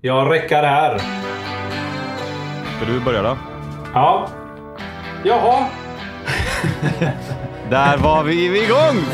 Jag räcker här. Ska du börja då? Ja. Jaha. Där var vi igång!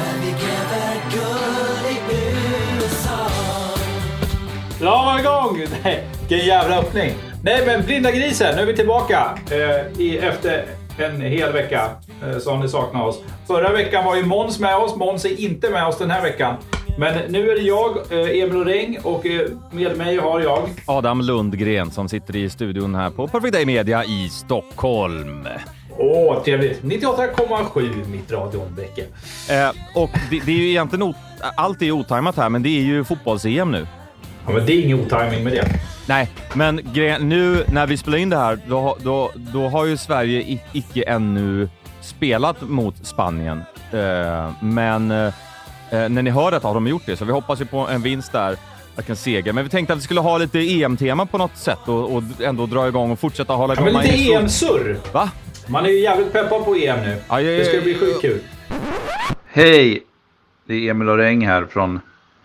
La var igång! Nej, vilken jävla öppning. Nej, men Blinda grisen, nu är vi tillbaka efter en hel vecka som ni saknar oss. Förra veckan var ju Måns med oss. Måns är inte med oss den här veckan. Men nu är det jag, Emil Loreng, och med mig har jag Adam Lundgren som sitter i studion här på Perfect Day Media i Stockholm. Trevligt. 98,7 mitt radionbäcke. Och det är ju egentligen allt är otajmat här, men det är ju fotbolls-EM nu. Ja, men det är ingen otajming med det. Nej, men nu när vi spelar in det här, då har ju Sverige icke ännu spelat mot Spanien. Men när ni hör det har de gjort det, så vi hoppas ju på en vinst där, att kan seger. Men vi tänkte att vi skulle ha lite EM-tema på något sätt och ändå dra igång och fortsätta hålla igång. Ja, men lite EM-surr. Va? Man är ju jävligt peppad på EM nu. Ja, det ska bli sjukt kul. Hej, det är Emil Loreng här från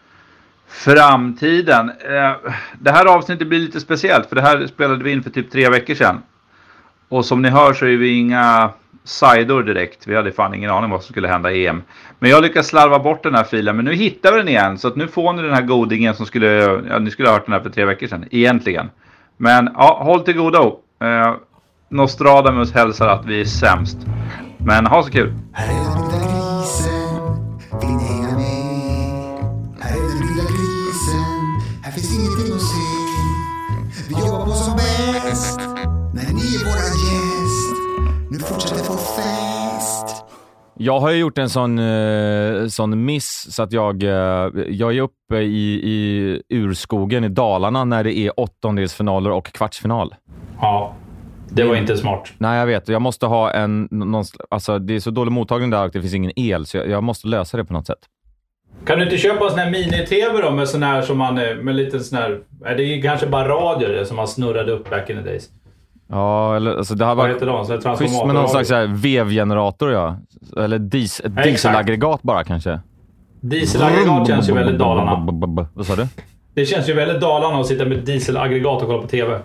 framtiden. Det här avsnittet blir lite speciellt, för det här spelade vi in för typ 3 veckor sedan. Och som ni hör så är vi inga sidor direkt. Vi hade fan ingen aning vad som skulle hända i EM. Men jag lyckas slarva bort den här filen. Men nu hittar vi den igen. Så att nu får ni den här godingen som ni skulle ha hört den här för 3 veckor sedan. Egentligen. Men ja, håll till godo. Nostradamus hälsar att vi är sämst. Men ha så kul. Här är den lilla grisen, vill ni hänga med? Här är den lilla grisen, här finns ingenting att se. Vi jobbar på som bäst, när ni är våra gäst. Nu fortsätter få fest. Jag har ju gjort en sån miss så att jag är uppe i urskogen i Dalarna när det är 8-delsfinaler och kvartsfinal. Ja, det var inte smart. Nej, jag vet. Jag måste ha alltså det är så dålig mottagning där och det finns ingen el, så jag måste lösa det på något sätt. Kan du inte köpa en sån här mini-tv då med sån här som man med lite sån här, det är kanske bara radio det som man snurrade upp back in the days. Ja, eller alltså det har varit schysst med någon slags så här vevgenerator, ja. Eller dieselaggregat bara kanske. Dieselaggregat känns ju väldigt Dalarna. Vad sa du? Det känns ju väldigt Dalarna att sitta med dieselaggregat och kolla på tv.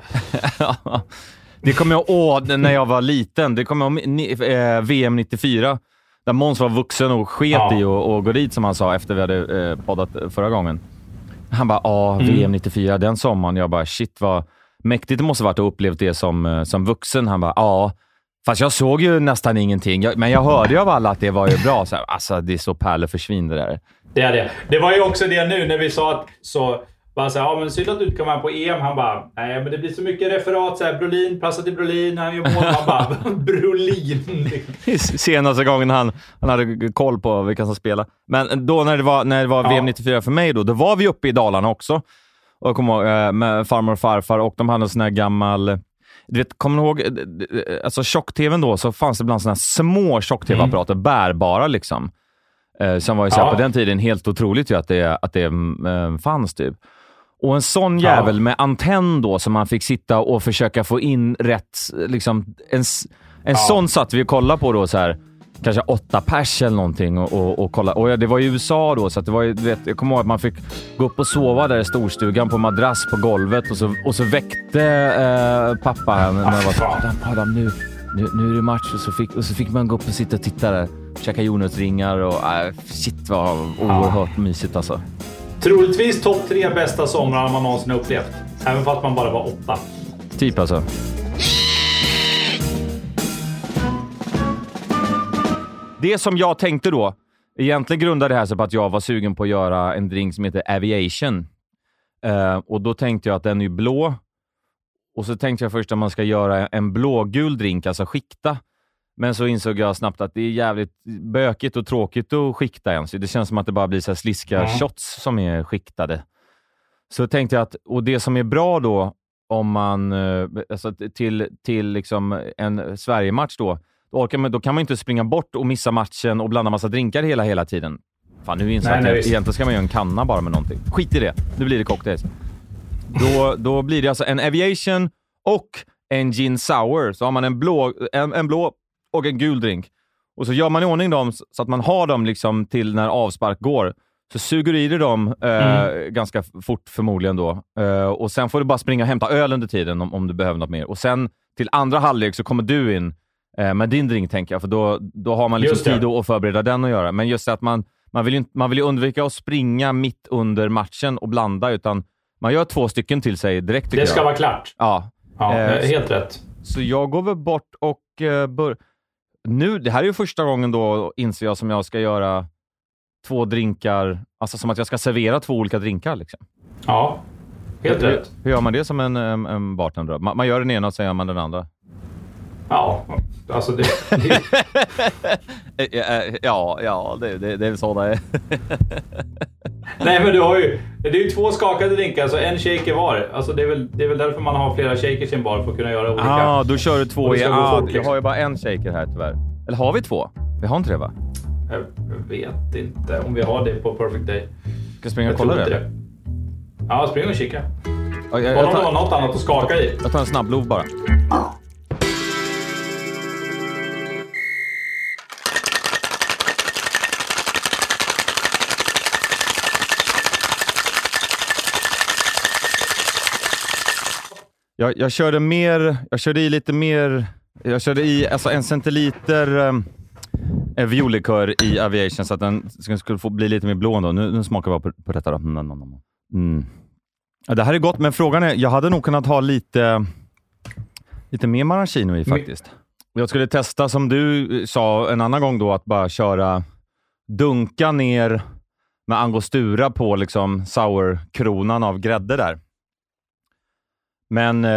Det kommer jag ihåg när jag var liten. Det kommer jag ihåg VM 94. Där Måns var vuxen och sket i och gå dit, som han sa efter vi hade poddat förra gången. Han bara, VM 94, den sommaren. Jag bara, shit vad mäktigt det måste varit att upplevt det som vuxen. Han bara, fast jag såg ju nästan ingenting. Men jag hörde ju av alla att det var ju bra. Så här, alltså, det är så pärle försvinner det där. Det är det. Det var ju också det nu när vi sa att så... Bara såhär, men synd att du inte kan vara på EM. Han bara, nej men det blir så mycket referat såhär, Brolin, passa till Brolin, han gör mål. Han bara, Brolin. Senaste gången han hade koll på vilka som spelar. Men då när det var VM 94 för mig då var vi uppe i Dalarna också. Och jag kommer ihåg med farmor och farfar, och de hade en sån här gammal, du vet, kommer ni ihåg, alltså tjock-tvn då, så fanns det bland såna här små tjock-tv-apparater, bärbara liksom. Som var ju så här, på den tiden helt otroligt ju att det fanns typ. Och en sån jävel med antenn då, som man fick sitta och försöka få in rätt, liksom en sån satt vi och kollade på då så här, kanske 8 pers eller någonting och kolla. Och det var i USA då, så att det var ju, du vet, jag kommer ihåg att man fick gå upp och sova där i storstugan på madrass på golvet, och så väckte pappa när jag var så Adam, nu är det match, och så fick man gå upp och sitta och titta där, käka jordnötsringar och shit vad oerhört mysigt alltså. Troligtvis topp 3 bästa somrar man någonsin upplevt. Även fast man bara var 8. Typ alltså. Det som jag tänkte då, egentligen grundade det här sig på att jag var sugen på att göra en drink som heter Aviation. Och då tänkte jag att den är blå. Och så tänkte jag först att man ska göra en blågul drink, alltså skikta. Men så insåg jag snabbt att det är jävligt bökigt och tråkigt att skikta ens. Det känns som att det bara blir så här sliska shots som är skiktade. Så tänkte jag att, och det som är bra då, om man alltså till liksom en Sverige-match då kan man inte springa bort och missa matchen och blanda massa drinkar hela tiden. Fan, nu insåg jag att egentligen ska man göra en kanna bara med någonting. Skit i det, nu blir det cocktails. Då blir det alltså en Aviation och en gin sour. Så har man en blå och en gul drink. Och så gör man i ordning dem så att man har dem liksom till när avspark går. så suger du i dig dem ganska fort förmodligen då. Och sen får du bara springa och hämta öl under tiden om du behöver något mer. Och sen till andra halvlek så kommer du in med din drink, tänker jag. För då har man liksom tid att förbereda den att göra. Men just att man vill ju undvika att springa mitt under matchen och blanda, utan man gör 2 stycken till sig direkt. Det ska vara klart. Ja, helt rätt. Så jag går väl bort och nu, det här är ju första gången då, inser jag, som jag ska göra 2 drinkar, alltså som att jag ska servera 2 olika drinkar liksom. Ja, helt rätt. Hur gör man det som en bartender? Man gör den ena och sen gör man den andra. Ja, alltså det ja, det är så det är. Nej, men det är ju 2 skakade drinkar, alltså en shaker var. Alltså det är väl därför man har flera shakers i en bar, för att kunna göra olika. Då kör du 2 i. Liksom. Jag har ju bara en shaker här tyvärr. Eller har vi 2? Vi har inte det, va? Jag vet inte om vi har det på Perfect Day. Ska jag springa och kolla det? Ja, spring och kika. Jag tar något annat att skaka i. Jag tar en snabblov bara. Jag körde i lite mer. Jag körde i alltså 1 centiliter violikör i Aviation, så att den skulle få bli lite mer blå då. Nu smakar vi på detta då. Ja, det här är gott, men frågan är, jag hade nog kunnat ha lite mer maraschino i faktiskt. Jag skulle testa, som du sa en annan gång då, att bara dunka ner med angostura på liksom sour-kronan av grädde där. Men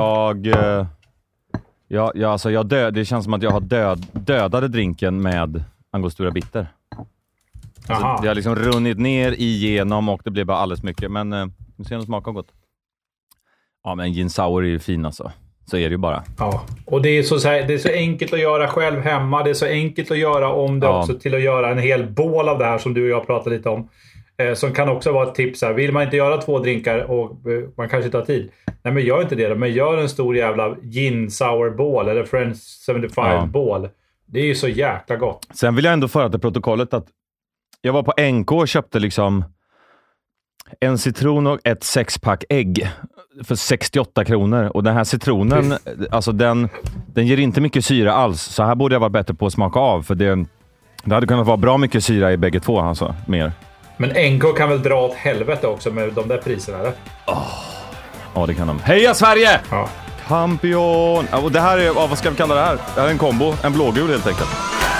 det känns som att jag har dödade drinken med angostura bitter. Alltså, det har liksom runnit ner igenom och det blir bara alldeles mycket. Men nu ser den smakar gott. Ja, men gin sour är ju fin alltså. Så är det ju bara. Ja, och det är så enkelt att göra själv hemma. Det är så enkelt att göra om det också till att göra en hel bål av det här som du och jag pratade lite om. Som kan också vara ett tips här. Vill man inte göra 2 drinkar och man kanske inte har tid. Nej, men gör inte det då. Men gör en stor jävla gin sour bål eller French 75 bål. Det är ju så jäkla gott. Sen vill jag ändå föra till protokollet att jag var på NK och köpte liksom en citron och ett 6-pack ägg för 68 kronor. Och den här citronen, alltså den ger inte mycket syra alls. Så här borde jag vara bättre på att smaka av. För det hade kunnat vara bra mycket syra i bägge två, alltså, mer. Men NK kan väl dra åt helvete också med de där priserna, eller? Ja, det kan de. Heja Sverige! Ja. Kampion! Och det här är, vad ska vi kalla det här? Det här är en kombo, en blågul helt enkelt.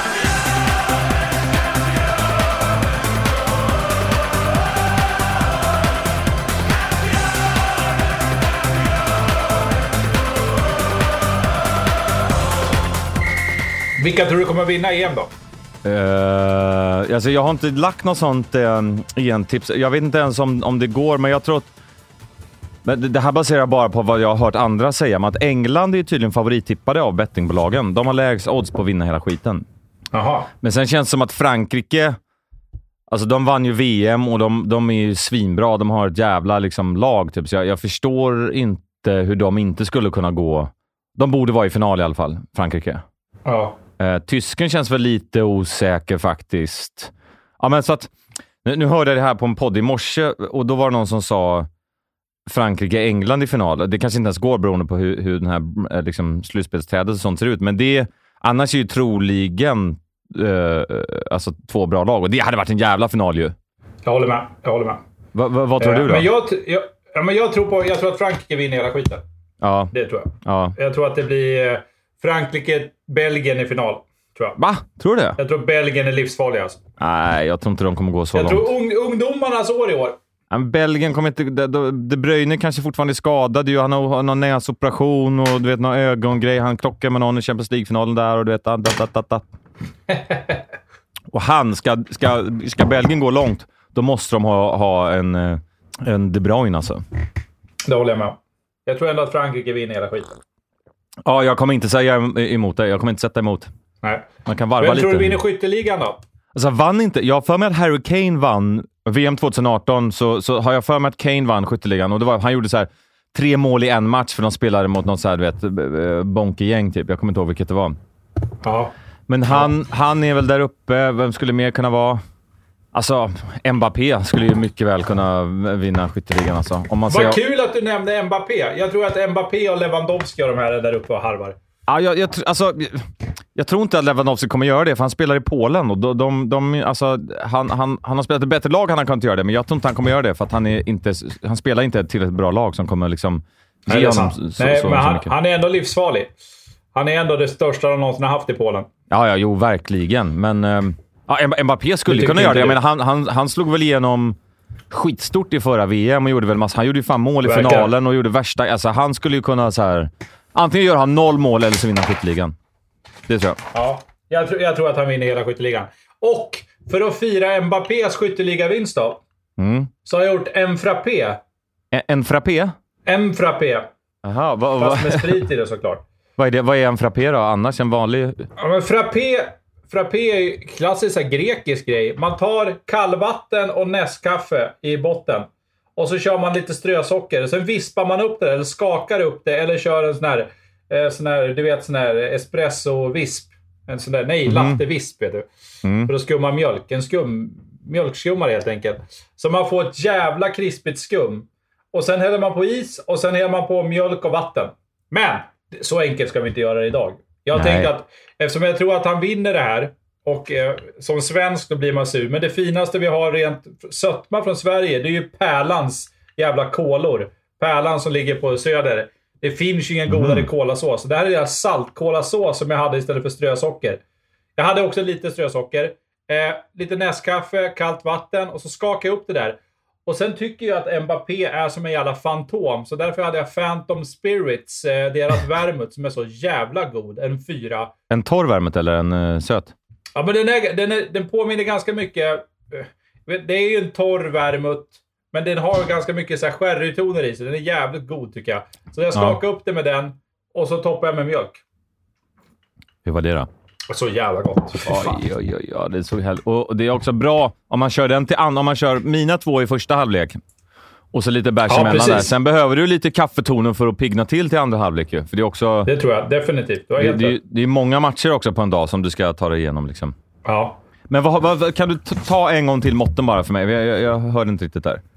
Vilka tror du kommer vinna EM då? Alltså jag har inte lagt något sånt tips. Jag vet inte ens om det går, men jag tror att... Men det här baserar bara på vad jag har hört andra säga. Men att England är tydligen favorittippade av bettingbolagen. De har lägst odds på att vinna hela skiten. Aha. Men sen känns det som att Frankrike... Alltså de vann ju VM och de är ju svinbra. De har ett jävla liksom lag typ. Så jag förstår inte hur de inte skulle kunna gå... De borde vara i final i alla fall, Frankrike. Ja. Tysken känns väl lite osäker faktiskt. Ja, men så att... Nu hörde jag det här på en podd i morse och då var det någon som sa Frankrike-England i final. Det kanske inte ens går beroende på hur den här liksom, slutspelsträdet och sånt ser ut. Men det annars är ju troligen alltså 2 bra lag. Och det hade varit en jävla final ju. Jag håller med. Vad tror du då? Men jag tror att Frankrike vinner hela skiten. Ja. Det tror jag. Ja. Jag tror att det blir Frankrike-Belgien i final. Tror jag. Va? Tror du det? Jag tror Belgien är livsfarliga alltså. Nej, jag tror inte de kommer gå så långt. Jag tror ungdomarnas år i år. Men Belgien kommer inte... De Bruyne kanske fortfarande är skadad. Han har någon näsoperation och du vet, någon ögongrej. Han klockar med någon i Champions League-finalen där och du vet... Och ska Belgien gå långt, då måste de ha en De Bruyne alltså. Det håller jag med. Jag tror ändå att Frankrike vinner hela skiten. Ja, jag kommer inte säga emot det. Jag kommer inte sätta emot. Nej. Man kan varva lite. Men tror du vinner skytteligan då? Alltså vann inte... Jag har för mig att Harry Kane vann VM 2018, så har jag för mig att Kane vann skytteligan. Och han gjorde så här 3 mål i en match för de spelade mot något så här, du vet, bonkegäng typ. Jag kommer inte ihåg vilket det var. Ja. Men han är väl där uppe. Vem skulle mer kunna vara? Alltså, Mbappé skulle ju mycket väl kunna vinna skytteligan. Alltså. Om man Vad kul att du nämnde Mbappé. Jag tror att Mbappé och Lewandowski och de här är där uppe och harvar. Ja, jag tror inte att Lewandowski kommer göra det, för han spelar i Polen. Och han har spelat ett bättre lag, han kan inte göra det. Men jag tror inte han kommer göra det, för att han spelar inte ett tillräckligt bra lag som kommer liksom ge honom så mycket. Han är ändå livsfarlig. Han är ändå det största de någonsin har haft i Polen. Jo, verkligen. Men Mbappé skulle kunna göra det. Jag menar, han slog väl igenom skitstort i förra VM och gjorde väl han gjorde ju fan mål i finalen och gjorde värsta. Alltså, han skulle ju kunna så här, antingen gör han 0 mål eller så vinner skytteligan. Det tror jag. Ja, jag tror att han vinner hela skytteligan. Och för att fira Mbappés skytteligavinst då, så har jag gjort en frappé. En frappé? En frappé. Aha, fast med sprit i det såklart. Vad är det? Vad är en frappé då? Annars en vanlig... Ja, men frappé är ju klassisk grekisk grej. Man tar kallvatten och nässkaffe i botten. Och så kör man lite strösocker. Sen vispar man upp det eller skakar upp det. Eller kör en sån här du vet, sån här espresso-visp. En sån där, latte-visp vet du. För att skumma mjölk. Mjölkskummare helt enkelt. Så man får ett jävla krispigt skum. Och sen häller man på is och sen häller man på mjölk och vatten. Men så enkelt ska vi inte göra det idag. Jag tänker att eftersom jag tror att han vinner det här och som svensk då blir man sur. Men det finaste vi har rent sötma från Sverige, det är ju Pärlans jävla kolor. Pärlan som ligger på söder. Det finns ju ingen godare kolasås. Det här är deras saltkolasås som jag hade istället för strösocker. Jag hade också lite strösocker. Lite nässkaffe, kallt vatten och så skakar jag upp det där. Och sen tycker jag att Mbappé är som en jävla fantom. Så därför hade jag Phantom Spirits, deras vermouth som är så jävla god. En 4. En torr vermouth eller en söt? Ja, men den påminner ganska mycket. Det är ju en torr vermouth. Men den har ganska mycket så här sherrytoner i sig. Den är jävligt god tycker jag. Så jag skakar upp det med den. Och så toppar jag med mjölk. Hur var det då? Så jävla gott. Oj, det är så härligt. Och det är också bra om man kör den till om man kör mina 2 i första halvlek. Och så lite bärs emellan där. Sen behöver du lite kaffetoner för att pigna till andra halvlek ju. För det är också... Det tror jag, definitivt. Det är många matcher också på en dag som du ska ta dig igenom liksom. Ja. Men kan du ta en gång till måtten bara för mig? Jag hörde inte riktigt där.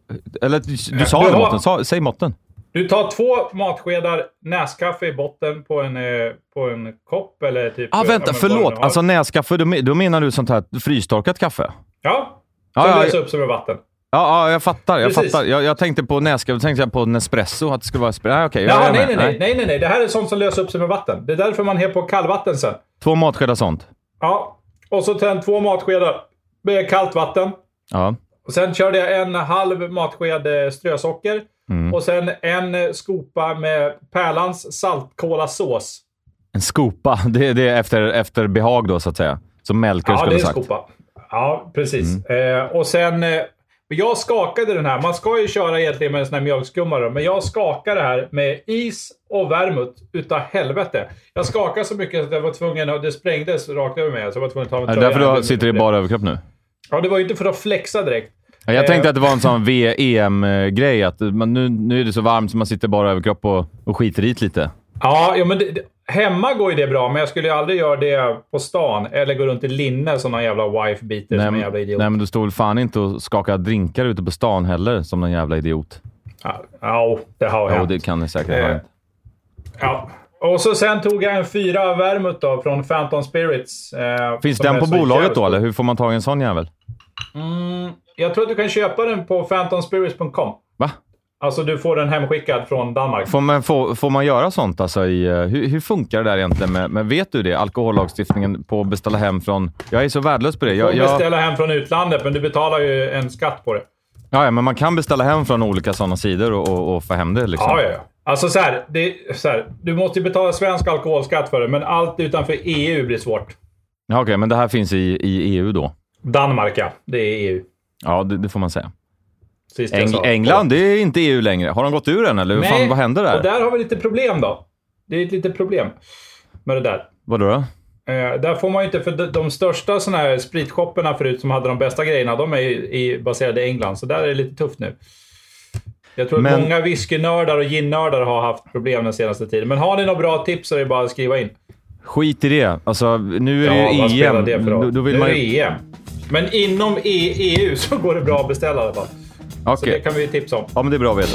Du sa det måtten. Säg måtten. Du tar 2 matskedar näskaffe i botten på en kopp eller typ... Vänta, förlåt. Alltså näskaffe, då menar du sånt här frystorkat kaffe? Ja. Som löser upp som i vatten. Ja, jag fattar. Jag tänkte på näskaffe, tänkte jag på Nespresso, att det skulle vara espresso. Okay, nej. Det här är sånt som löser upp sig med vatten. Det är därför man häller på kallvatten sen. 2 matskedar sånt? Ja. Och så 2 matskedar med kallt vatten. Ja. Och sen körde jag 1/2 matsked strösocker. Och sen en skopa med Pärlans saltkolasås. En skopa? Det är efter behag då så att säga. Som Melker skulle sagt. Ja, det är en skopa. Ja, precis. Och sen... jag skakade den här. Man ska ju köra egentligen med en sån här mjölkskummare. Men jag skakade det här med is och vermouth utav helvete. Jag skakade så mycket att jag var tvungen... Och det sprängdes rakt över mig. Så jag var tvungen att ta en tröja. Är det därför du sitter i bara överkropp nu? Ja, det var ju inte för att flexa direkt. Jag tänkte att det var en sån VM-grej. Att nu är det så varmt så man sitter bara överkropp och skiter i lite. Ja, men hemma går ju det bra. Men jag skulle ju aldrig göra det på stan. Eller gå runt i linne som någon jävla wife-beater som en jävla idiot. Nej, men du står väl fan inte och skakar drinkar ute på stan heller som någon jävla idiot. Ja, det har jag. Ja, det kan det säkert ha. Ja. Och så sen tog jag en 4 vermouth då från Phantom Spirits. Finns den på bolaget då, eller hur får man tag i en sån jävel? Jag tror att du kan köpa den på phantomspirits.com. Va? Alltså du får den hemskickad från Danmark. Får man göra sånt alltså hur funkar det där egentligen med vet du det? Alkohollagstiftningen på att beställa hem från... Jag är så värdelös på det. Du får beställa hem från utlandet, men du betalar ju en skatt på det. Ja, men man kan beställa hem från olika sådana sidor och få hem det liksom. Ja. Alltså så här, du måste ju betala svensk alkoholskatt för det, men allt utanför EU blir svårt. Ja, okej, men det här finns i EU då? Danmark, ja. Det är EU. Ja, det får man säga. England, det är inte EU längre. Har de gått ur den, eller Nej, vad händer där? Och där har vi lite problem då. Det är ett litet problem med det där. Vadå då? Där får man ju inte, för de största såna här spritshopperna förut som hade de bästa grejerna, de är baserade i England. Så där är det lite tufft nu. Jag tror att många whiskynördar och gin-nördar har haft problem den senaste tiden. Men har ni några bra tips så är det bara att skriva in. Skit i det. Alltså, nu är det ju EM. Då vill man ju... EM. Men inom EU så går det bra att beställa i alla fall. Okej. Så det kan vi ju tipsa om. Ja, men det är bra att veta.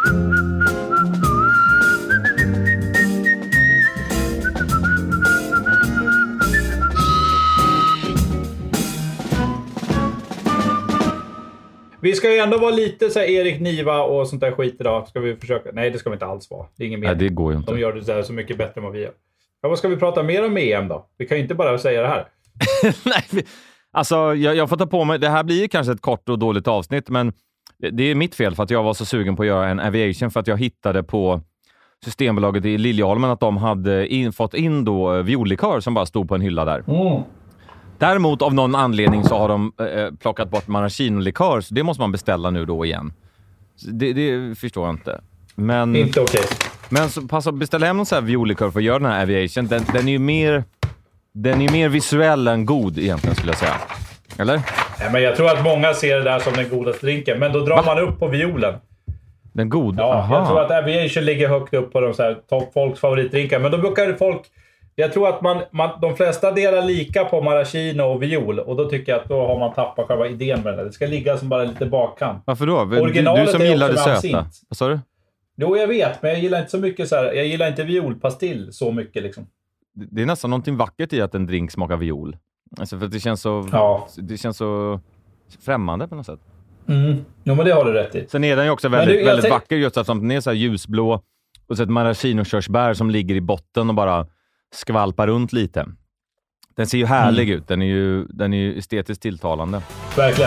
Vi ska ju ändå vara lite så här Erik Niva och sånt där skit idag. Ska vi försöka? Nej, det ska vi inte alls vara. Det är ingen mening. Nej, det går ju inte. De gör det där så mycket bättre än vad vi gör. Ja, vad ska vi prata mer om EM då? Vi kan ju inte bara säga det här. Nej, alltså jag får ta på mig. Det här blir kanske ett kort och dåligt avsnitt, men det är mitt fel för att jag var så sugen på att göra en aviation, för att jag hittade på Systembolaget i Liljeholmen att de hade fått in då violikör som bara stod på en hylla där. Däremot av någon anledning så har de plockat bort maraschino-likör, så det måste man beställa nu då igen. Det förstår jag inte. Men, inte okej. Men så passa att beställa hem någon sån här violikör för att göra den här aviation. Den är ju mer visuell än god egentligen, skulle jag säga. Eller? Nej, men jag tror att många ser det där som den godaste drinken. Men då drar man upp på violen. Den god? Ja, aha. Jag tror att aviation ligger högt upp på de så här folks favoritdrinkar. Men då brukar folk... Jag tror att de flesta delar lika på maraschino och viol. Och då tycker jag att då har man tappat själva idén med det. Det ska ligga som bara lite bakkant. Varför då? Originalet du som är gillar det också söta. absint. Vad sa du? Jo, jag vet. Men jag gillar inte så mycket så här. Jag gillar inte violpastill så mycket liksom. Det är nästan någonting vackert i att en drink smakar viol. Alltså för att det känns så... Ja. Det känns så främmande på något sätt. Jo, men det har du rätt i. Sen är den ju också väldigt vacker just eftersom den är så här ljusblå. Och så ett maraschino-körsbär som ligger i botten och bara skvalpar runt lite. Den ser ju härlig ut. Den är ju estetiskt tilltalande. Verkligen.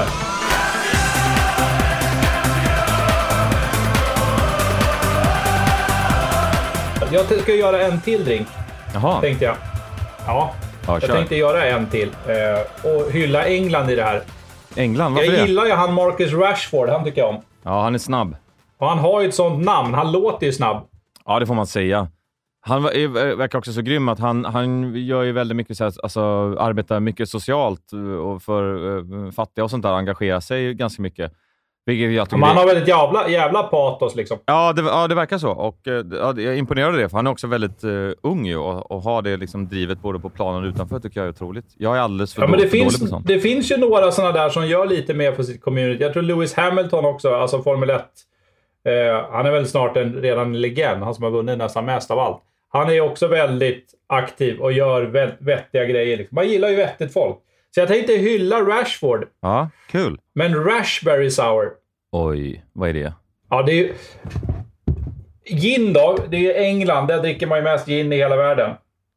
Jag ska göra en till drink. Jaha. Tänkte jag. Ja, jag kör. tänkte göra en till. Och hylla England i det här. England? Varför Jag det? gillar ju han Marcus Rashford. Han tycker jag om. Ja, han är snabb. Och han har ju ett sånt namn. Han låter ju snabb. Ja, det får man säga. Han verkar också så grym att han gör ju väldigt mycket så här, alltså arbetar mycket socialt och för fattiga och sånt där, engagerar sig ganska mycket. Vilket jag tycker han har väldigt jävla patos liksom. Ja, det verkar så. Och jag imponerade det, för han är också väldigt ung ju, och har det liksom drivet både på planen och utanför, tycker jag är otroligt. Jag är alldeles för dålig på sånt. Det finns ju några sådana där som gör lite mer för sitt community. Jag tror Lewis Hamilton också, alltså Formel 1. Han är väl snart redan en legend, han som har vunnit nästan mest av allt. Han är också väldigt aktiv och gör vettiga grejer. Liksom. Man gillar ju vettigt folk. Så jag tänkte hylla Rashford. Ja, kul. Men Raspberry Sour. Oj, vad är det? Ja, det är ju... Gin då, det är ju England. Där dricker man ju mest gin i hela världen.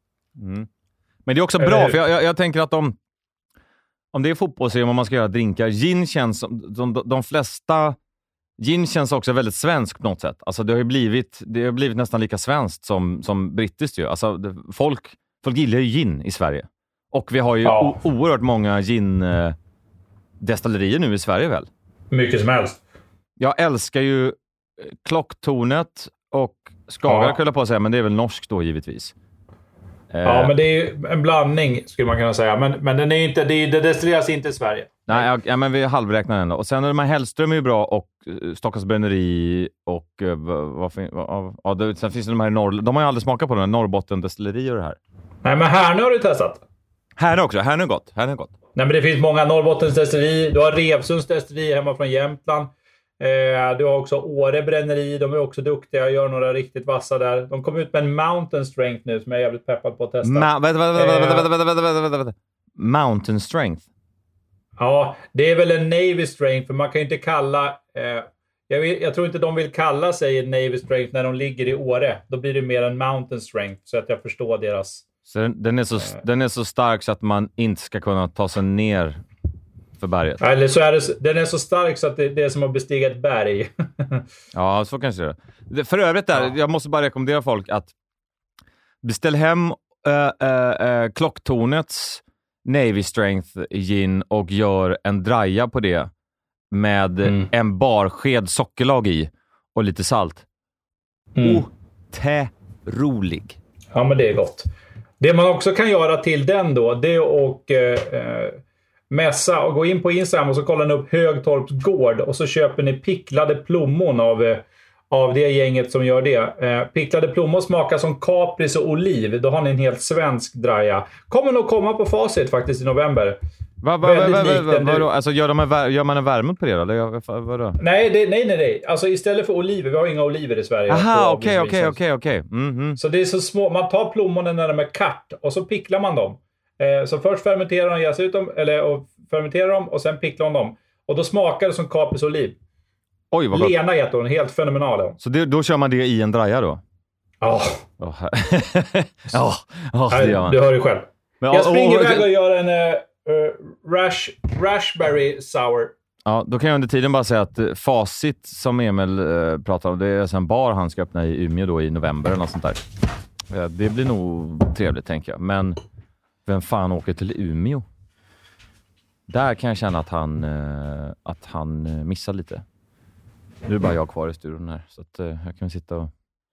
Men det är också bra, för jag tänker att om det är fotbolls-EM och man ska göra drinkar, gin känns som de flesta... Gin känns också väldigt svenskt på något sätt. Alltså det har blivit nästan lika svenskt som brittiskt ju. Alltså folk gillar ju gin i Sverige. Och vi har ju oerhört många gin-destillerier nu i Sverige väl? Mycket som helst. Jag älskar ju Klocktornet och Skagerrak, höll jag på att säga, men det är väl norskt då givetvis. Ja, men det är ju en blandning skulle man kunna säga. Men den är ju inte, det destilleras inte i Sverige. Nej, men vi halvräknar ändå. Och sen är de här Hellström är ju bra, och Stockholms bränneri och sen finns det de här i Norr. De har ju aldrig smakat på de här Norrbotten destilleri och det här. Nej, men Härnö har du testat. Härnö också, Härnö är gott. Nej, men det finns många Norrbottens destilleri. Du har Revsunds destilleri hemma från Jämtland. Du har också Åre bränneri. De är också duktiga, gör några riktigt vassa där. De kom ut med en Mountain Strength nu som jag är jävligt peppad på att testa. Vänta. Mountain Strength? Ja, det är väl en Navy Strength, för man kan ju inte kalla... jag tror inte de vill kalla sig Navy Strength när de ligger i Åre. Då blir det mer en Mountain Strength, så att jag förstår deras... Så den är så stark så att man inte ska kunna ta sig ner för berget? Eller så är den är så stark så att det är som att bestiga ett berg. Ja, så kanske det är. För övrigt där, jag måste bara rekommendera folk att beställ hem Klocktornets Navy Strength gin och gör en draja på det med en barsked sockerlag i och lite salt. Otrolig. Ja, men det är gott. Det man också kan göra till den då, det är att mässa och gå in på Instagram och så kollar ni upp Högtorps gård och så köper ni picklade plommon av det gänget som gör det. Picklade plommon smakar som kapris och oliv. Då har ni en helt svensk draja. Kommer nog komma på facit faktiskt i november. Vadå? Alltså gör man en värme på det då? Eller vadå? Nej. Alltså istället för oliver, vi har inga oliver i Sverige. Aha, okej. Så det är så små, man tar plommonen när de är kart och så picklar man dem. Så först fermenterar de, jäser ut dem, och fermenterar dem och sen picklar de dem. Och då smakar det som kapris och oliv. Oj, vad gott. Lena heter hon, helt fenomenal. Så då kör man det i en draja då? Ja. Det gör man. Du hör ju själv. Jag springer iväg och gör en raspberry sour. Ja, då kan jag under tiden bara säga att Facit som Emil pratar om, det är en bar han ska öppna i Umeå då i november eller något sånt där. Det blir nog trevligt, tänker jag. Men vem fan åker till Umeå? Där kan jag känna att han missar lite. Nu är det bara jag kvar i studion här, så att jag kan sitta och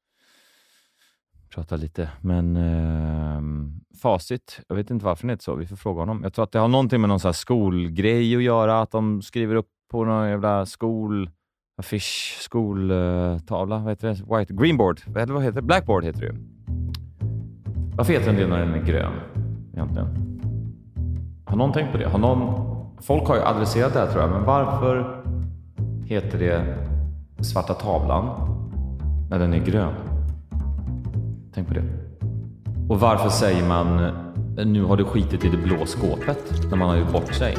prata lite. Men Facit, jag vet inte varför det är så. Vi får fråga honom. Jag tror att det har någonting med någon så här skolgrej att göra. Att de skriver upp på någon jävla skolaffisch, skoltavla. Vad heter det? Greenboard. Vad heter det? Blackboard heter det. Varför heter den det när den är grön? Egentligen. Har någon tänkt på det? Folk har ju adresserat det här, tror jag. Men varför heter det svarta tavlan när den är grön? Tänk på det. Och varför säger man nu har du skitit i det blå skåpet när man har gjort bort sig?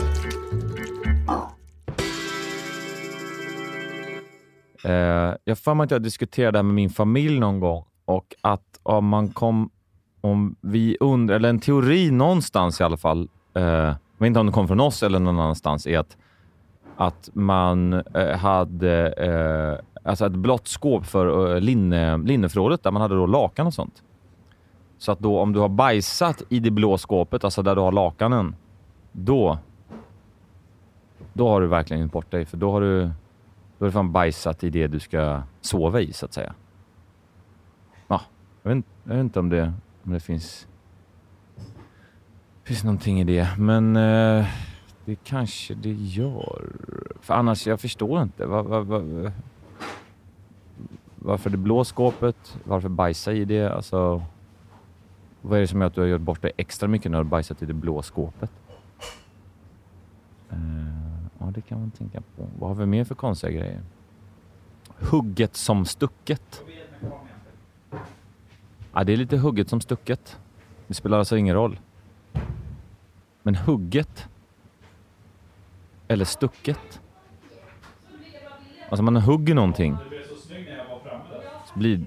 Jag får mig att jag diskuterade det här med min familj någon gång. Och att om vi undrar, eller en teori någonstans i alla fall, jag vet inte om det kom från oss eller någon annanstans, är att man hade alltså ett blått skåp för linneförrådet där man hade då lakan och sånt. Så att då om du har bajsat i det blå skåpet, alltså där du har lakanen, då har du verkligen inte bort dig, för då har du fan bajsat i det du ska sova i, så att säga. Ja, jag vet inte om det finns någonting i det, men det kanske det gör. För annars, jag förstår inte. Varför det blå skåpet? Varför bajsa i det? Alltså, vad är det som gör att du har gjort bort dig extra mycket när du har bajsat i det blå skåpet? Ja, det kan man tänka på. Vad har vi mer för konstiga grejer? Hugget som stucket. Ja, det är lite hugget som stucket. Det spelar alltså ingen roll. Men hugget eller stucket. Alltså man hugger någonting. Så blir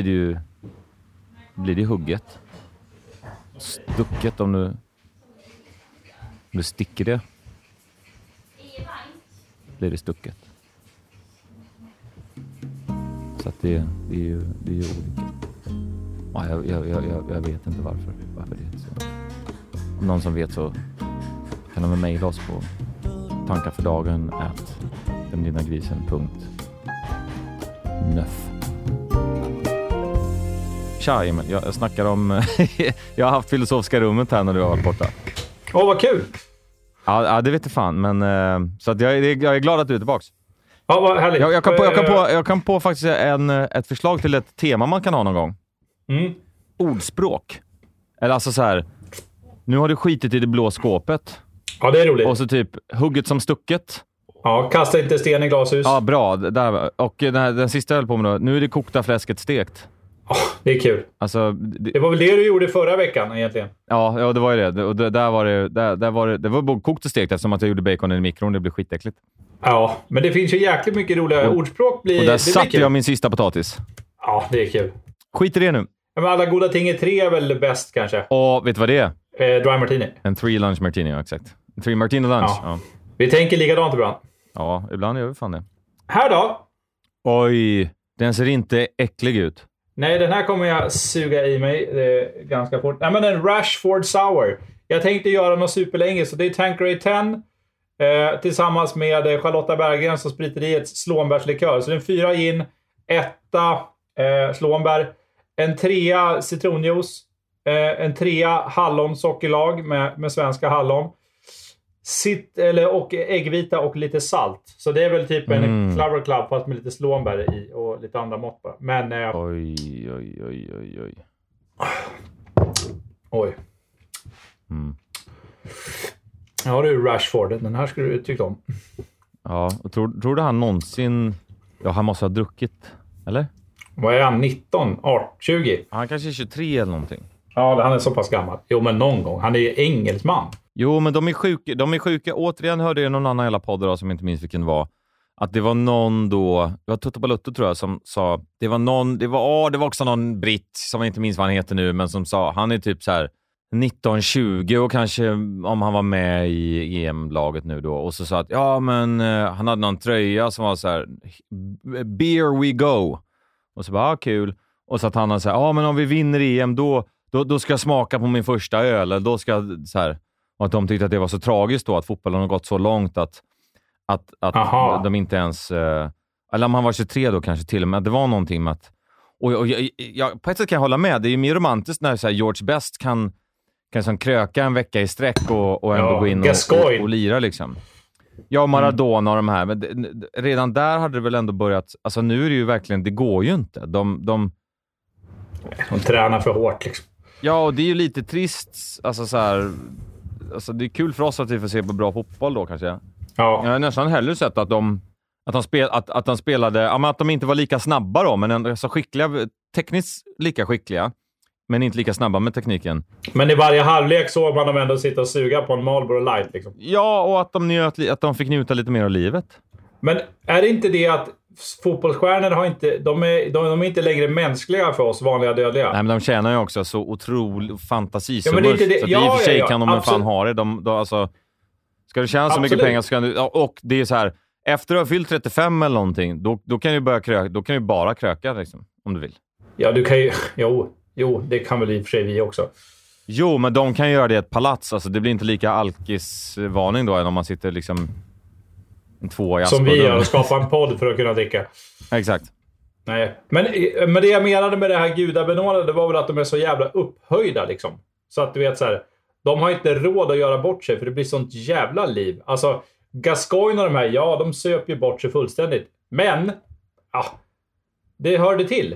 det hugget. Stucket om du sticker det. Blir det stucket. Så att det är ju olika. Ja, jag vet inte varför det är så. Om någon som vet så kan de mejla oss på tankafördagen@demdinagrisen.nöff. Tja, Emil. Jag snackar om... jag har haft filosofiska rummet här när du har varit borta. Vad kul! Ja, det vet jag fan. Men, så att jag är glad att du är tillbaka. Ja, vad härligt. Jag kan på faktiskt ett förslag till ett tema man kan ha någon gång. Ordspråk. Eller alltså så här... Nu har du skitit i det blå skåpet. Ja, det är roligt. Och så typ hugget som stucket. Ja, kasta inte sten i glashus. Ja, bra. Och den sista jag höll på med då. Nu är det kokta fläsket stekt. Ja, det är kul. Alltså, det var väl det du gjorde förra veckan egentligen. Ja, det var ju det. Och där var både kokt och stekt eftersom att jag gjorde bacon i mikron. Det blev skitäckligt. Ja, men det finns ju jäkligt mycket roliga ordspråk. Och där satte jag min sista potatis. Ja, det är kul. Skit i det nu. Men alla goda ting är 3 är väl bäst kanske. Och vet du vad det är? Dry martini. En 3 lunch martini, ja, exakt. En 3 martini lunch. Ja. Vi tänker likadant ibland. Ja, ibland gör vi fan det. Här då? Oj, den ser inte äcklig ut. Nej, den här kommer jag suga i mig ganska fort. Nej, men en Rashford Sour. Jag tänkte göra något superlänge, så det är Tanqueray 10 tillsammans med Charlotta Berggren som spritter i ett slånbärslikör. Så det är en 4 gin, 1 slånbär, en 3 citronjuice, en 3 hallonsockerlag med svenska hallon. och äggvita och lite salt. Så det är väl typ en Clover Club fast med lite slånbär i och lite andra mått bara. Men Oj. Ja du, Rashford, den här skulle du tyckt om. Ja, och tror du han någonsin... Ja, han måste ha druckit, eller? Vad är han? 19? 18? 20? Han kanske är 23 eller någonting. Ja, han är så pass gammal. Jo, men någon gång. Han är ju engelsman. Jo, men de är sjuka. Återigen hörde jag någon annan jävla podd då, som inte minns vilken var. Att det var någon då... Det var Toto Balutto tror jag som sa... Det var också någon britt som jag inte minns vad han heter nu, men som sa... Han är typ så här 19-20 och kanske om han var med i EM-laget nu då. Och så sa att ja, men han hade någon tröja som var så här... Beer we go. Och så bara, kul. Och så att han sa, ja men om vi vinner EM då ska jag smaka på min första öl. Då ska så här, och att de tyckte att det var så tragiskt då att fotbollen har gått så långt att de inte ens... eller om han var 23 då kanske till och med. Det var någonting med att... Och jag, på ett sätt kan jag hålla med. Det är ju mer romantiskt när så här, George Best kan kröka en vecka i sträck och ändå gå in och lira liksom. Ja, Maradona och de här. Men redan där hade det väl ändå börjat... Alltså nu är det ju verkligen... Det går ju inte. De tränar för hårt liksom. Ja, och det är ju lite trist. Alltså så här... Alltså det är kul för oss att vi får se på bra fotboll då kanske. Ja. Jag har nästan hellre sett att de spelade... Ja, men att de inte var lika snabba då. Men ändå så skickliga... Tekniskt lika skickliga. Men inte lika snabba med tekniken. Men i varje halvlek såg man dem ändå sitta och suga på en Marlboro Light liksom. Ja, och att de fick njuta lite mer av livet. Men är det inte det att fotbollsstjärnor har inte... De är inte längre mänskliga för oss vanliga dödliga? Nej, men de tjänar ju också så otroligt fantasisummor. Ja, men det är inte det. Så i och för sig kan de fan ha det. De alltså, ska du tjäna så mycket pengar så kan du... Och det är så här... Efter att ha fyllt 35 eller någonting, då kan du börja kröka. Då kan du bara kröka liksom, om du vill. Ja, du kan ju... Jo, det kan väl i och för sig vi också. Jo, men de kan göra det i ett palats. Alltså, det blir inte lika alkisvarning då än om man sitter liksom en tvåa i som vi gör och skapar en podd för att kunna dricka. Exakt. Nej, men det jag menade med det här gudabenådade, det var väl att de är så jävla upphöjda liksom. Så att du vet så här, de har inte råd att göra bort sig för det blir sånt jävla liv. Alltså, Gascoigne och de här, ja, de söper ju bort sig fullständigt. Men, ja, det hörde till.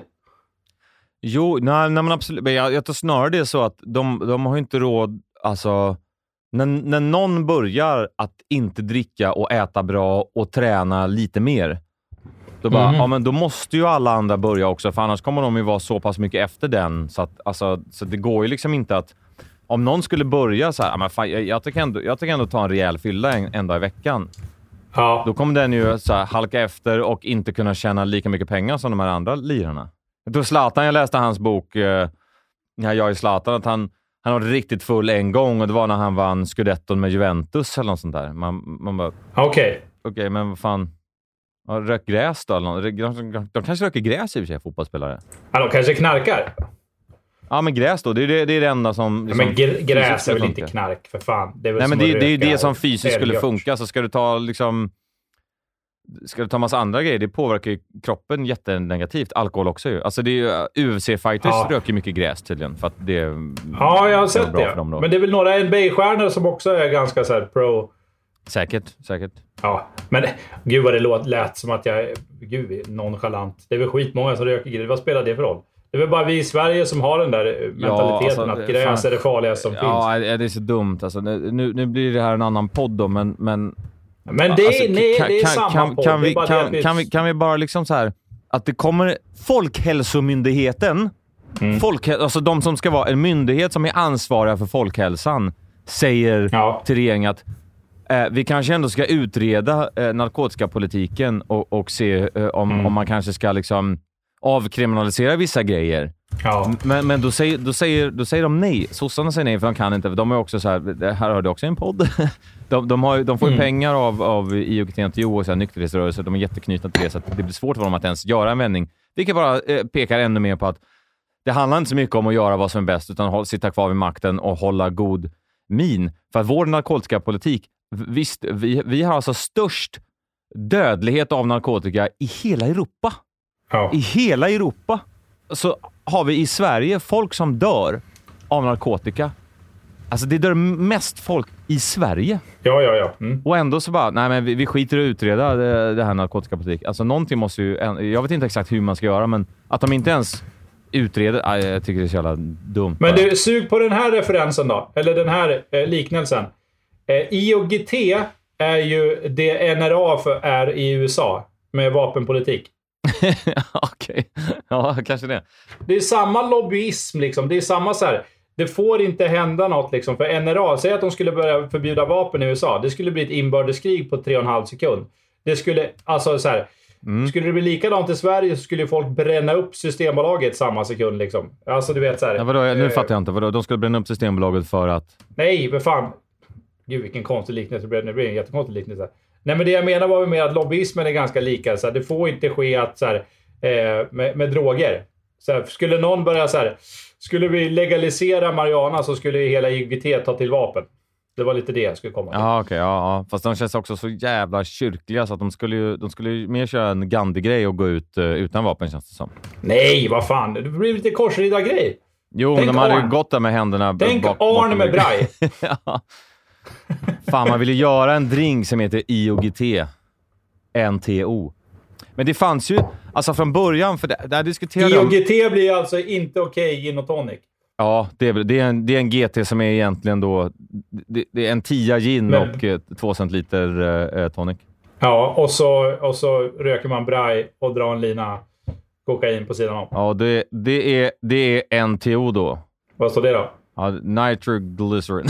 Jo, nej men absolut. Men jag tror snarare det är så att de har inte råd, alltså när någon börjar att inte dricka och äta bra och träna lite mer, då bara, ja men då måste ju alla andra börja också, för annars kommer de ju vara så pass mycket efter den, så att alltså, så det går ju liksom inte att om någon skulle börja så här, ja men fan, jag tycker ändå ta en rejäl fylla en dag i veckan. Ja. Då kommer den ju så här halka efter och inte kunna tjäna lika mycket pengar som de här andra lirarna. Jag tror Zlatan, jag läste hans bok Jag är Zlatan, att han var riktigt full en gång och det var när han vann Scudetton med Juventus eller något sånt där. Man bara... Okej, men vad fan... Rök gräs då? De kanske röker gräs i och för sig, fotbollsspelare. Ja, de kanske knarkar. Ja, men gräs då, det är det enda som... Liksom, men gräs är väl inte knark, för fan. Det är väl... Nej, men det är det som fysiskt skulle funka. Så ska du ta liksom... Ska du ta massa andra grejer, det påverkar ju kroppen jättenegativt. Alkohol också ju. Alltså det är ju UFC-fighters röker mycket gräs tydligen. För att det är ja, jag har sett det. Men det är väl några NBA-stjärnor som också är ganska så här pro... Säkert. Ja, men gud vad det lät som att jag... Gud, nonchalant. Det är väl skitmånga som röker gräs. Vad spelar det för roll? Det är väl bara vi i Sverige som har den där mentaliteten att gräs är det farligaste som finns. Ja, det är så dumt. Alltså, nu blir det här en annan podd då, men det är samma podd. Kan vi bara liksom så här att det kommer Folkhälsomyndigheten, alltså de som ska vara en myndighet som är ansvariga för folkhälsan, säger till regeringen att vi kanske ändå ska utreda narkotikapolitiken och se om man kanske ska liksom avkriminalisera vissa grejer. Ja. Men då säger de nej. Sossarna säger nej för de kan inte. För de är också så här har du också en podd. de får ju pengar av IOGT-NTO och så här nykterhetsrörelser. De är jätteknutna till det, så att det blir svårt för dem att ens göra en vändning. Vilket bara pekar ännu mer på att det handlar inte så mycket om att göra vad som är bäst, utan sitta kvar vid makten och hålla god min. För att vår narkotikapolitik, visst, vi har alltså störst dödlighet av narkotika i hela Europa. Ja. I hela Europa så har vi i Sverige folk som dör av narkotika. Alltså det dör mest folk i Sverige. Ja. Och ändå så bara, nej men vi skiter i att utreda det här narkotikapolitik. Alltså någonting måste ju, jag vet inte exakt hur man ska göra, men att de inte ens utreder, jag tycker det är så jävla dumt. Men du, sug på den här referensen då, eller den här liknelsen. IOGT är ju det NRA är i USA med vapenpolitik. Okej. Ja, kanske det. Det är samma lobbyism liksom. Det är samma så här. Det får inte hända något liksom. För NRA, säg att de skulle börja förbjuda vapen i USA. Det skulle bli ett inbördeskrig på 3,5 sekund. Det skulle, alltså så här. Skulle det bli likadant i Sverige så skulle folk bränna upp Systembolaget samma sekund liksom. Alltså du vet så här. Ja, vadå? Nu fattar jag inte. Vadå? De skulle bränna upp Systembolaget för att... Nej, för fan. Gud, vilken konstig liknelse det blir. En jättekonstig liknelse. Nej, men det jag menar var med att lobbyismen är ganska lika. Så här, det får inte ske att så här, med droger. Så här, skulle någon börja så här, skulle vi legalisera marijuana så skulle hela IOGT ta till vapen. Det var lite det jag skulle komma till. Ja, okej. Ja. Fast de känns också så jävla kyrkliga så att de skulle ju mer köra en Gandhi-grej och gå ut utan vapen, känns det som. Nej, vad fan. Det blir lite korsriddargrej. Jo, men de hade ju gått där med händerna... Tänk Arne med braj. Ja. Fan, man ville göra en drink som heter IOGT. NTO. Men det fanns ju, alltså från början, för där diskuterade IOGT blir alltså inte okej gin och tonic. Ja, det är en GT som är egentligen då, det är en 10 gin och 2 centiliter tonic. Ja, och så röker man braj och drar en lina kokain på sidan om. Ja, det är NTO då. Vad står det då? Ja, nitroglycerin.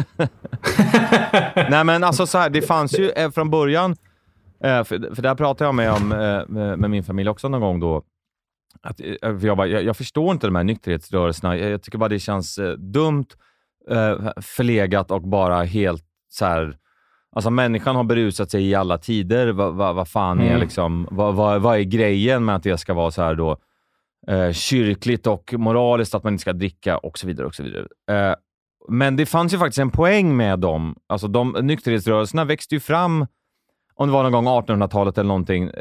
Nej, men alltså så här, det fanns ju från början, för där pratade jag med min familj också någon gång då, att jag förstår inte de här nykterhetsrörelserna. Jag tycker bara det känns dumt, förlegat och bara helt så här, alltså människan har berusat sig i alla tider. Vad fan är liksom, vad är grejen med att det ska vara så här då kyrkligt och moraliskt att man inte ska dricka och så vidare och så vidare. Men det fanns ju faktiskt en poäng med dem. Alltså de nykterhetsrörelserna växte ju fram, om det var någon gång 1800-talet eller någonting,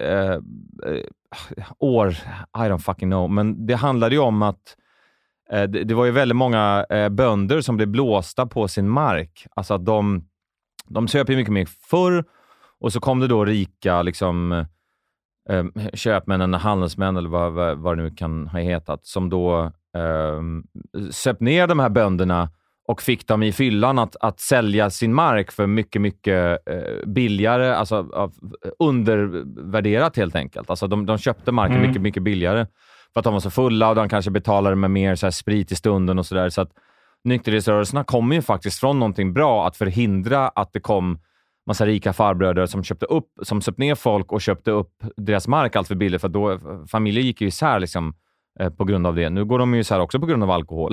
år, I don't fucking know, men det handlade ju om att det var ju väldigt många bönder som blev blåsta på sin mark. Alltså att de söp ju mycket mer förr, och så kom det då rika liksom köpmän, handelsmän eller vad det nu kan ha hetat, som då söp ner de här bönderna och fick dem i fyllan att sälja sin mark för mycket, mycket billigare, alltså undervärderat helt enkelt. Alltså de köpte marken mycket, mycket billigare för att de var så fulla, och de kanske betalade med mer så här sprit i stunden och sådär. Så att nykterhetsrörelserna kommer ju faktiskt från någonting bra, att förhindra att det kom massa rika farbröder som söp ner folk och köpte upp deras mark allt för billigt, för då familjer gick ju isär liksom, på grund av det. Nu går de ju isär också på grund av alkohol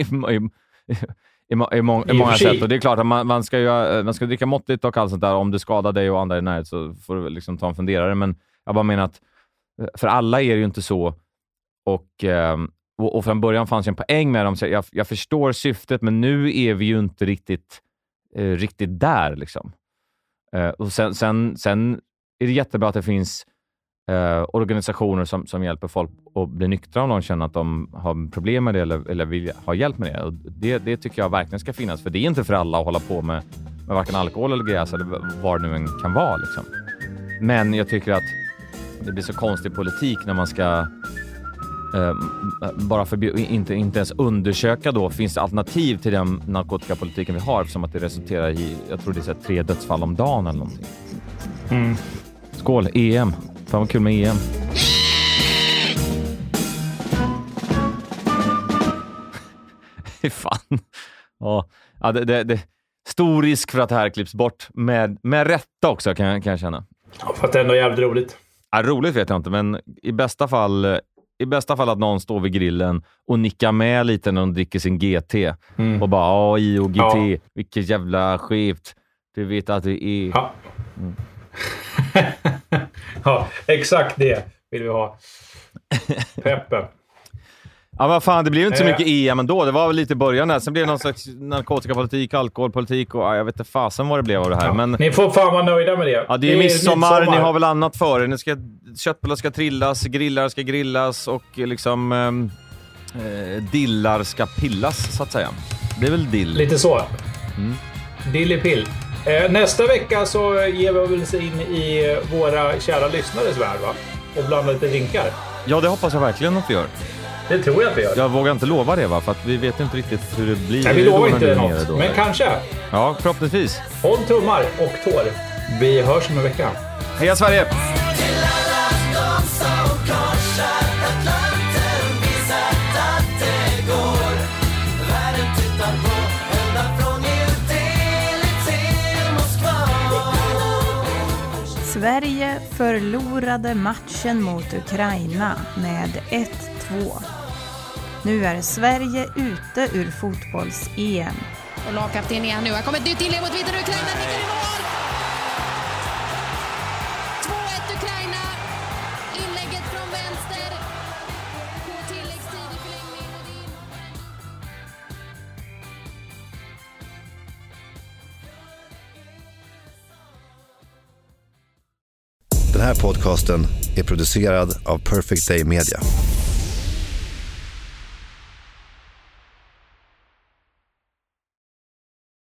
i många sätt, och det är klart att man ska dricka måttligt och allt sånt där. Om det skadar dig och andra i närhet så får du liksom ta en funderare, men jag bara menar att för alla är det ju inte så, och från början fanns ju en poäng med dem, så jag förstår syftet, men nu är vi ju inte riktigt där liksom. Och sen är det jättebra att det finns organisationer som hjälper folk att bli nyktra om de känner att de har problem med det eller vill ha hjälp med det. Och det tycker jag verkligen ska finnas, för det är inte för alla att hålla på med varken alkohol eller gräs eller vad det nu än kan vara liksom. Men jag tycker att det blir så konstig politik när man ska bara inte ens undersöka då, finns det alternativ till den narkotikapolitiken vi har, som att det resulterar i, jag tror det är 3 dödsfall om dagen eller någonting. Skål, EM. Fan vad kul med EM. Fan. Ja, det stor risk för att det här klipps bort med rätta också, kan jag känna. Ja, för att det är ändå jävligt roligt. Ja, roligt vet jag inte, men i bästa fall att någon står vid grillen och nickar med lite när de dricker sin GT och bara, IOGT, vilket jävla skift. Du vet att det är... Ja. Ja, exakt det vill vi ha. Peppen. Ja, vad fan, det blev inte så mycket EM ändå. Det var väl lite i början där. Sen blev det någon slags narkotikapolitik, alkoholpolitik och jag vet inte fasen vad det blev av det här. Ja, men ni får fan vara nöjda med det. Ja, det är midsommar. Ni har väl annat för er. Köttbullar ska trillas, grillar ska grillas och liksom dillar ska pillas, så att säga. Det är väl dill. Lite så. Dillipill. Nästa vecka så ger vi väl oss in i våra kära lyssnares värld, va? Och blandar lite drinkar. Ja, det hoppas jag verkligen att vi gör. Det tror jag att vi gör. Jag vågar inte lova det, va? För att vi vet inte riktigt hur det blir. Nej, vi lovar inte något. Men kanske. Ja, förhoppningsvis. Håll tummar och tår. Vi hörs om en vecka. Heja Sverige! Sverige förlorade matchen mot Ukraina med 1-2. Nu är Sverige ute ur fotbolls-EM. Och lagkapten är nu. Här kommer ett nytt inlägg mot Ukraina. Nickar i mål! 2-1 Ukraina. Inlägget från vänster. På tilläggstid i förlängning. Den här podcasten är producerad av Perfect Day Media.